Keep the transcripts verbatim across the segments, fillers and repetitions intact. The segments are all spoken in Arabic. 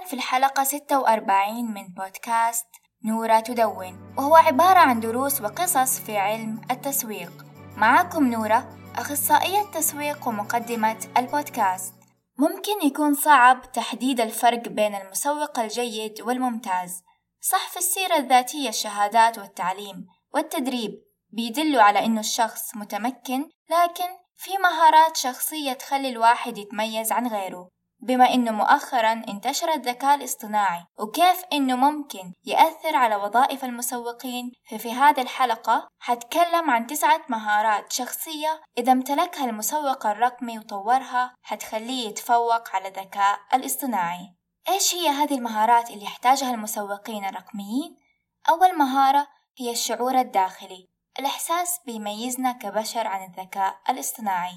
في الحلقة ستة وأربعين من بودكاست نورة تدون، وهو عبارة عن دروس وقصص في علم التسويق. معاكم نورة، أخصائية تسويق ومقدمة البودكاست. ممكن يكون صعب تحديد الفرق بين المسوق الجيد والممتاز. صح، في السيرة الذاتية الشهادات والتعليم والتدريب بيدلوا على إنه الشخص متمكن، لكن في مهارات شخصية تخلي الواحد يتميز عن غيره. بما إنه مؤخراً انتشر الذكاء الاصطناعي وكيف إنه ممكن يأثر على وظائف المسوقين، ففي هذه الحلقة حتكلم عن تسعة مهارات شخصية إذا امتلكها المسوق الرقمي وطورها حتخليه يتفوق على الذكاء الاصطناعي. إيش هي هذه المهارات اللي يحتاجها المسوقين الرقميين؟ أول مهارة هي الشعور الداخلي. الإحساس بيميزنا كبشر عن الذكاء الاصطناعي.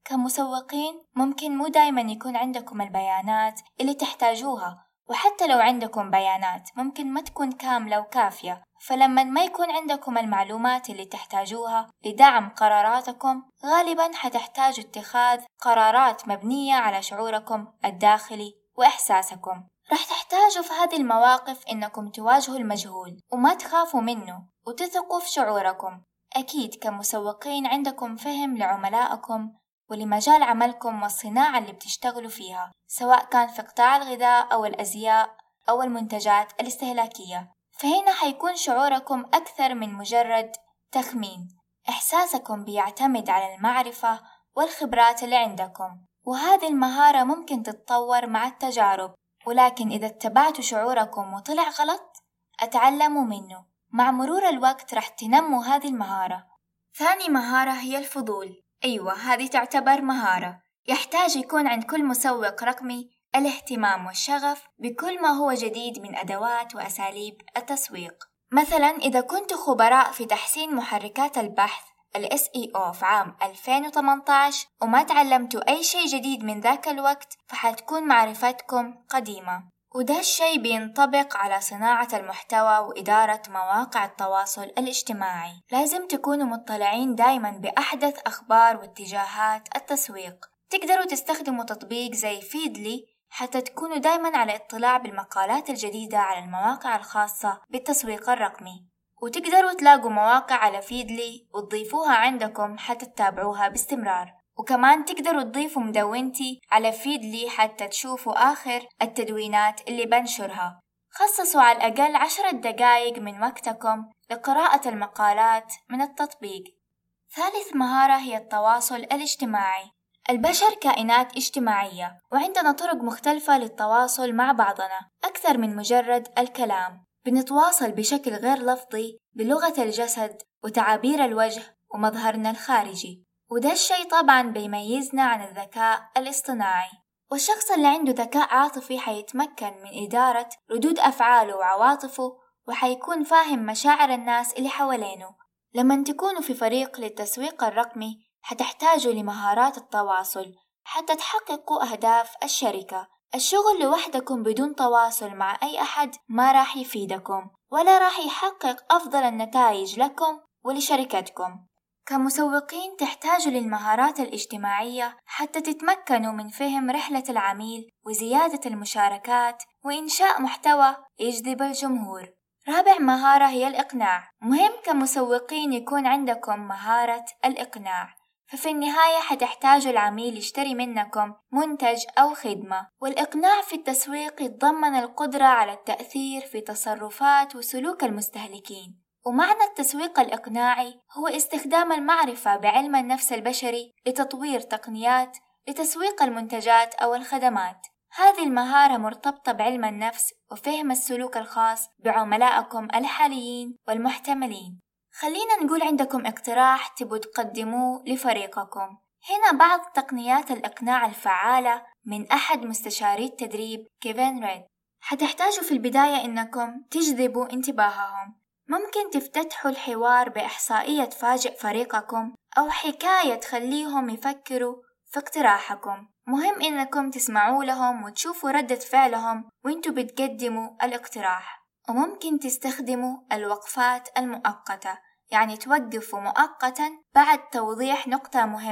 كمسوقين ممكن مو دايما يكون عندكم البيانات اللي تحتاجوها، وحتى لو عندكم بيانات ممكن ما تكون كاملة وكافية. فلما ما يكون عندكم المعلومات اللي تحتاجوها لدعم قراراتكم، غالبا حتحتاجوا اتخاذ قرارات مبنية على شعوركم الداخلي وإحساسكم. رح تحتاجوا في هذه المواقف إنكم تواجهوا المجهول وما تخافوا منه وتثقوا في شعوركم. أكيد كمسوقين عندكم فهم لعملائكم ولمجال عملكم والصناعة اللي بتشتغلوا فيها، سواء كان في قطاع الغذاء أو الأزياء أو المنتجات الاستهلاكية. فهنا حيكون شعوركم أكثر من مجرد تخمين. إحساسكم بيعتمد على المعرفة والخبرات اللي عندكم، وهذه المهارة ممكن تتطور مع التجارب. ولكن إذا اتبعتوا شعوركم وطلع غلط، اتعلموا منه. مع مرور الوقت رح تنموا هذه المهارة. ثاني مهارة هي الفضول. أيوة، هذه تعتبر مهارة يحتاج يكون عند كل مسوق رقمي الاهتمام والشغف بكل ما هو جديد من أدوات وأساليب التسويق. مثلا إذا كنتوا خبراء في تحسين محركات البحث ال إس إي أو في عام ألفين وثمانية عشر وما تعلمتوا أي شيء جديد من ذاك الوقت، فحتكون معرفتكم قديمة. وده الشيء بينطبق على صناعة المحتوى وإدارة مواقع التواصل الاجتماعي. لازم تكونوا مطلعين دايما بأحدث أخبار واتجاهات التسويق. تقدروا تستخدموا تطبيق زي فيدلي حتى تكونوا دايما على اطلاع بالمقالات الجديدة على المواقع الخاصة بالتسويق الرقمي. وتقدروا تلاقوا مواقع على فيدلي وتضيفوها عندكم حتى تتابعوها باستمرار. وكمان تقدروا تضيفوا مدونتي على فيدلي حتى تشوفوا آخر التدوينات اللي بنشرها. خصصوا على الأقل عشرة دقائق من وقتكم لقراءة المقالات من التطبيق. ثالث مهارة هي التواصل الاجتماعي. البشر كائنات اجتماعية، وعندنا طرق مختلفة للتواصل مع بعضنا أكثر من مجرد الكلام. بنتواصل بشكل غير لفظي بلغة الجسد وتعابير الوجه ومظهرنا الخارجي، وده الشيء طبعا بيميزنا عن الذكاء الاصطناعي. والشخص اللي عنده ذكاء عاطفي حيتمكن من إدارة ردود أفعاله وعواطفه، وحيكون فاهم مشاعر الناس اللي حوالينه. لما تكونوا في فريق للتسويق الرقمي حتحتاجوا لمهارات التواصل حتى تحققوا أهداف الشركة. الشغل لوحدكم بدون تواصل مع أي أحد ما راح يفيدكم ولا راح يحقق أفضل النتائج لكم ولشركتكم. كمسوقين تحتاجوا للمهارات الاجتماعية حتى تتمكنوا من فهم رحلة العميل وزيادة المشاركات وإنشاء محتوى يجذب الجمهور. رابع مهارة هي الإقناع. مهم كمسوقين يكون عندكم مهارة الإقناع، ففي النهاية حتحتاجوا العميل يشتري منكم منتج أو خدمة. والإقناع في التسويق يتضمن القدرة على التأثير في تصرفات وسلوك المستهلكين. ومعنى التسويق الإقناعي هو استخدام المعرفة بعلم النفس البشري لتطوير تقنيات لتسويق المنتجات أو الخدمات. هذه المهارة مرتبطة بعلم النفس وفهم السلوك الخاص بعملائكم الحاليين والمحتملين. خلينا نقول عندكم اقتراح تبوا تقدموه لفريقكم. هنا بعض تقنيات الإقناع الفعالة من أحد مستشاري التدريب كيفن ريد. حتحتاجوا في البداية إنكم تجذبوا انتباههم. ممكن تفتتحوا الحوار بإحصائية تفاجئ فريقكم أو حكاية تخليهم يفكروا في اقتراحكم. مهم إنكم تسمعوا لهم وتشوفوا ردة فعلهم وإنتوا بتقدموا الاقتراح. وممكن تستخدموا الوقفات المؤقتة، يعني توقفوا مؤقتا بعد توضيح نقطة مهمة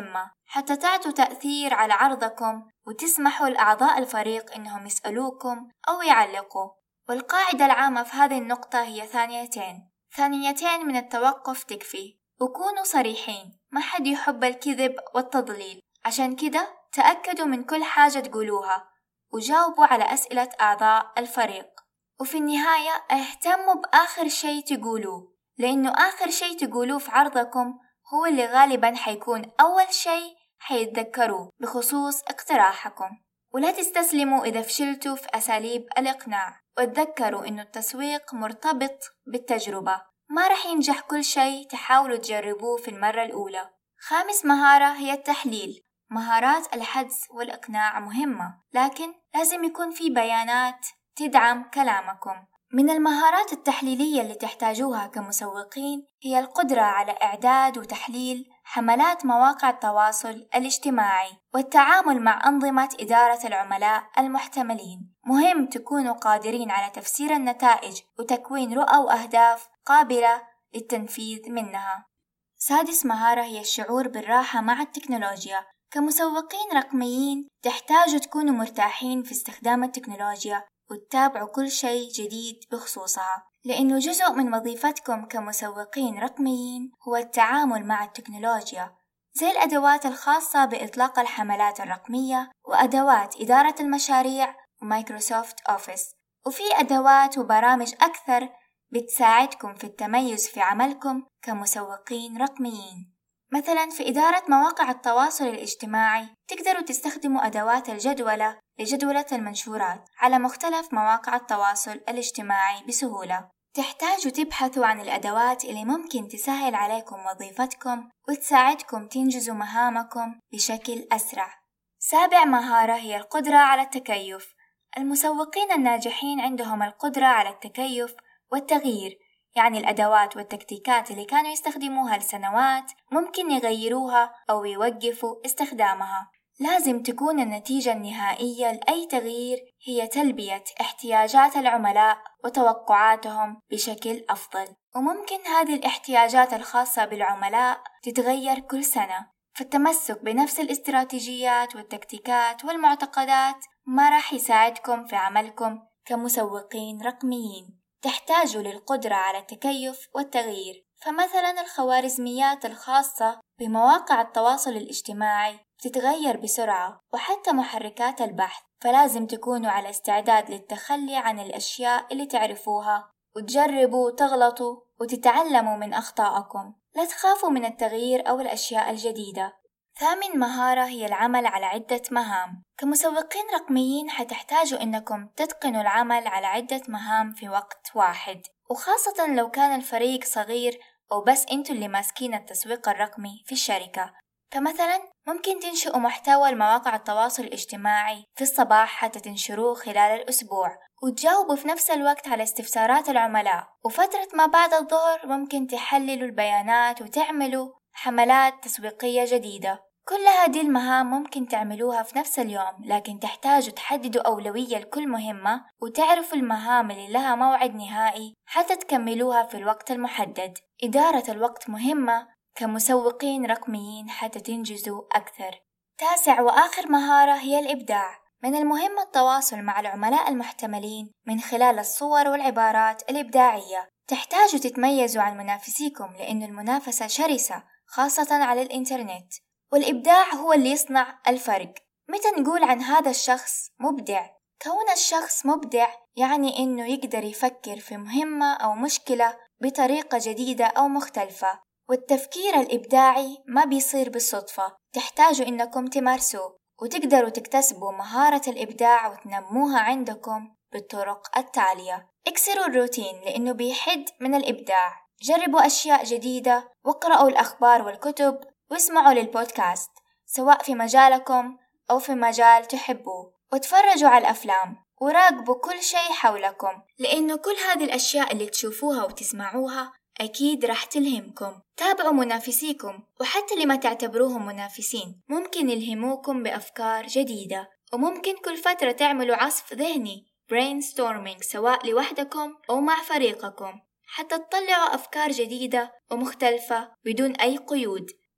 حتى تعطوا تأثير على عرضكم وتسمحوا لأعضاء الفريق إنهم يسألوكم أو يعلقوا. والقاعدة العامة في هذه النقطة هي ثانيتين ثانيتين من التوقف تكفي، وكونوا صريحين، ما حد يحب الكذب والتضليل. عشان كده تأكدوا من كل حاجة تقولوها وجاوبوا على أسئلة أعضاء الفريق. وفي النهاية اهتموا بآخر شيء تقولوه، لأنه آخر شيء تقولوه في عرضكم هو اللي غالباً حيكون أول شيء حيتذكروه بخصوص اقتراحكم. ولا تستسلموا إذا فشلتوا في أساليب الإقناع، وتذكروا إنه التسويق مرتبط بالتجربة، ما رح ينجح كل شيء تحاولوا تجربوه في المرة الأولى. خامس مهارة هي التحليل. مهارات الحدس والإقناع مهمة، لكن لازم يكون في بيانات تدعم كلامكم. من المهارات التحليلية اللي تحتاجوها كمسوقين هي القدرة على إعداد وتحليل حملات مواقع التواصل الاجتماعي والتعامل مع أنظمة إدارة العملاء المحتملين. مهم تكونوا قادرين على تفسير النتائج وتكوين رؤى وأهداف قابلة للتنفيذ منها. سادس مهارة هي الشعور بالراحة مع التكنولوجيا. كمسوقين رقميين تحتاجوا تكونوا مرتاحين في استخدام التكنولوجيا وتتابعوا كل شيء جديد بخصوصها، لأنه جزء من وظيفتكم كمسوقين رقميين هو التعامل مع التكنولوجيا، زي الأدوات الخاصة بإطلاق الحملات الرقمية وأدوات إدارة المشاريع ومايكروسوفت أوفيس. وفي أدوات وبرامج أكثر بتساعدكم في التميز في عملكم كمسوقين رقميين. مثلا في إدارة مواقع التواصل الاجتماعي تقدروا تستخدموا أدوات الجدولة لجدولة المنشورات على مختلف مواقع التواصل الاجتماعي بسهولة. تحتاجوا تبحثوا عن الأدوات اللي ممكن تسهل عليكم وظيفتكم وتساعدكم تنجزوا مهامكم بشكل أسرع. سابع مهارة هي القدرة على التكيف. المسوقين الناجحين عندهم القدرة على التكيف والتغيير، يعني الأدوات والتكتيكات اللي كانوا يستخدموها لسنوات ممكن يغيروها أو يوقفوا استخدامها. لازم تكون النتيجة النهائية لأي تغيير هي تلبية احتياجات العملاء وتوقعاتهم بشكل أفضل، وممكن هذه الاحتياجات الخاصة بالعملاء تتغير كل سنة. فالتمسك بنفس الاستراتيجيات والتكتيكات والمعتقدات ما راح يساعدكم في عملكم كمسوقين رقميين. تحتاجوا للقدرة على التكيف والتغيير. فمثلا الخوارزميات الخاصة بمواقع التواصل الاجتماعي بتتغير بسرعة، وحتى محركات البحث، فلازم تكونوا على استعداد للتخلي عن الأشياء اللي تعرفوها وتجربوا تغلطوا وتتعلموا من أخطائكم. لا تخافوا من التغيير أو الأشياء الجديدة. ثامن مهارة هي العمل على عدة مهام. كمسوقين رقميين حتحتاجوا إنكم تتقنوا العمل على عدة مهام في وقت واحد، وخاصة لو كان الفريق صغير أو بس أنتوا اللي ماسكين التسويق الرقمي في الشركة. فمثلا ممكن تنشئوا محتوى المواقع التواصل الاجتماعي في الصباح حتى تنشروه خلال الأسبوع، وتجاوبوا في نفس الوقت على استفسارات العملاء. وفترة ما بعد الظهر ممكن تحللوا البيانات وتعملوا حملات تسويقية جديدة. كل هذه المهام ممكن تعملوها في نفس اليوم، لكن تحتاجوا تحددوا أولوية لكل مهمة وتعرفوا المهام اللي لها موعد نهائي حتى تكملوها في الوقت المحدد. إدارة الوقت مهمة كمسوقين رقميين حتى تنجزوا أكثر. تاسع وآخر مهارة هي الإبداع. من المهم التواصل مع العملاء المحتملين من خلال الصور والعبارات الإبداعية. تحتاجوا تتميزوا عن منافسيكم لأن المنافسة شرسة خاصة على الإنترنت، والإبداع هو اللي يصنع الفرق. متى نقول عن هذا الشخص مبدع؟ كون الشخص مبدع يعني إنه يقدر يفكر في مهمة أو مشكلة بطريقة جديدة أو مختلفة، والتفكير الإبداعي ما بيصير بالصدفة. تحتاجوا إنكم تمارسوه وتقدروا تكتسبوا مهارة الإبداع وتنموها عندكم بالطرق التالية. اكسروا الروتين لأنه بيحد من الإبداع. جربوا أشياء جديدة واقرأوا الأخبار والكتب واسمعوا للبودكاست سواء في مجالكم أو في مجال تحبوه، وتفرجوا على الأفلام وراقبوا كل شيء حولكم، لأنه كل هذه الأشياء اللي تشوفوها وتسمعوها أكيد راح تلهمكم. تابعوا منافسيكم، وحتى اللي ما تعتبروهم منافسين ممكن يلهموكم بأفكار جديدة. وممكن كل فترة تعملوا عصف ذهني brainstorming سواء لوحدكم أو مع فريقكم حتى تطلعوا أفكار جديدة ومختلفة بدون أي قيود.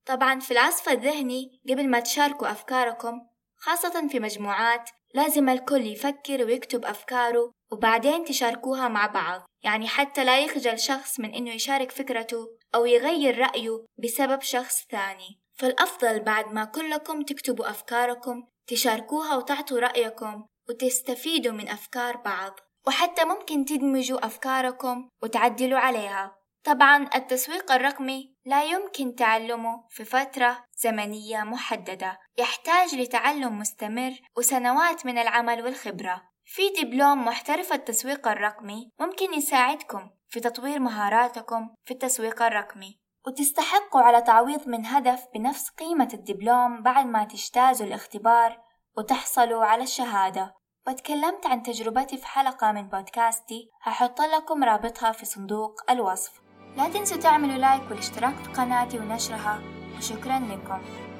طبعا في العصف الذهني قبل ما تشاركوا أفكاركم خاصة في مجموعات لازم الكل يفكر ويكتب أفكاره وبعدين تشاركوها مع بعض، يعني حتى لا يخجل شخص من إنه يشارك فكرته أو يغير رأيه بسبب شخص ثاني. فالأفضل بعد ما كلكم تكتبوا أفكاركم تشاركوها وتعطوا رأيكم وتستفيدوا من أفكار بعض، وحتى ممكن تدمجوا أفكاركم وتعدلوا عليها. طبعا التسويق الرقمي لا يمكن تعلمه في فترة زمنية محددة، يحتاج لتعلم مستمر وسنوات من العمل والخبرة. في دبلوم محترف التسويق الرقمي ممكن يساعدكم في تطوير مهاراتكم في التسويق الرقمي، وتستحقوا على تعويض من هدف بنفس قيمة الدبلوم بعد ما تجتازوا الاختبار وتحصلوا على الشهادة. وتكلمت عن تجربتي في حلقة من بودكاستي هحط لكم رابطها في صندوق الوصف. لا تنسوا تعملوا لايك والاشتراك في قناتي ونشرها، وشكرا لكم.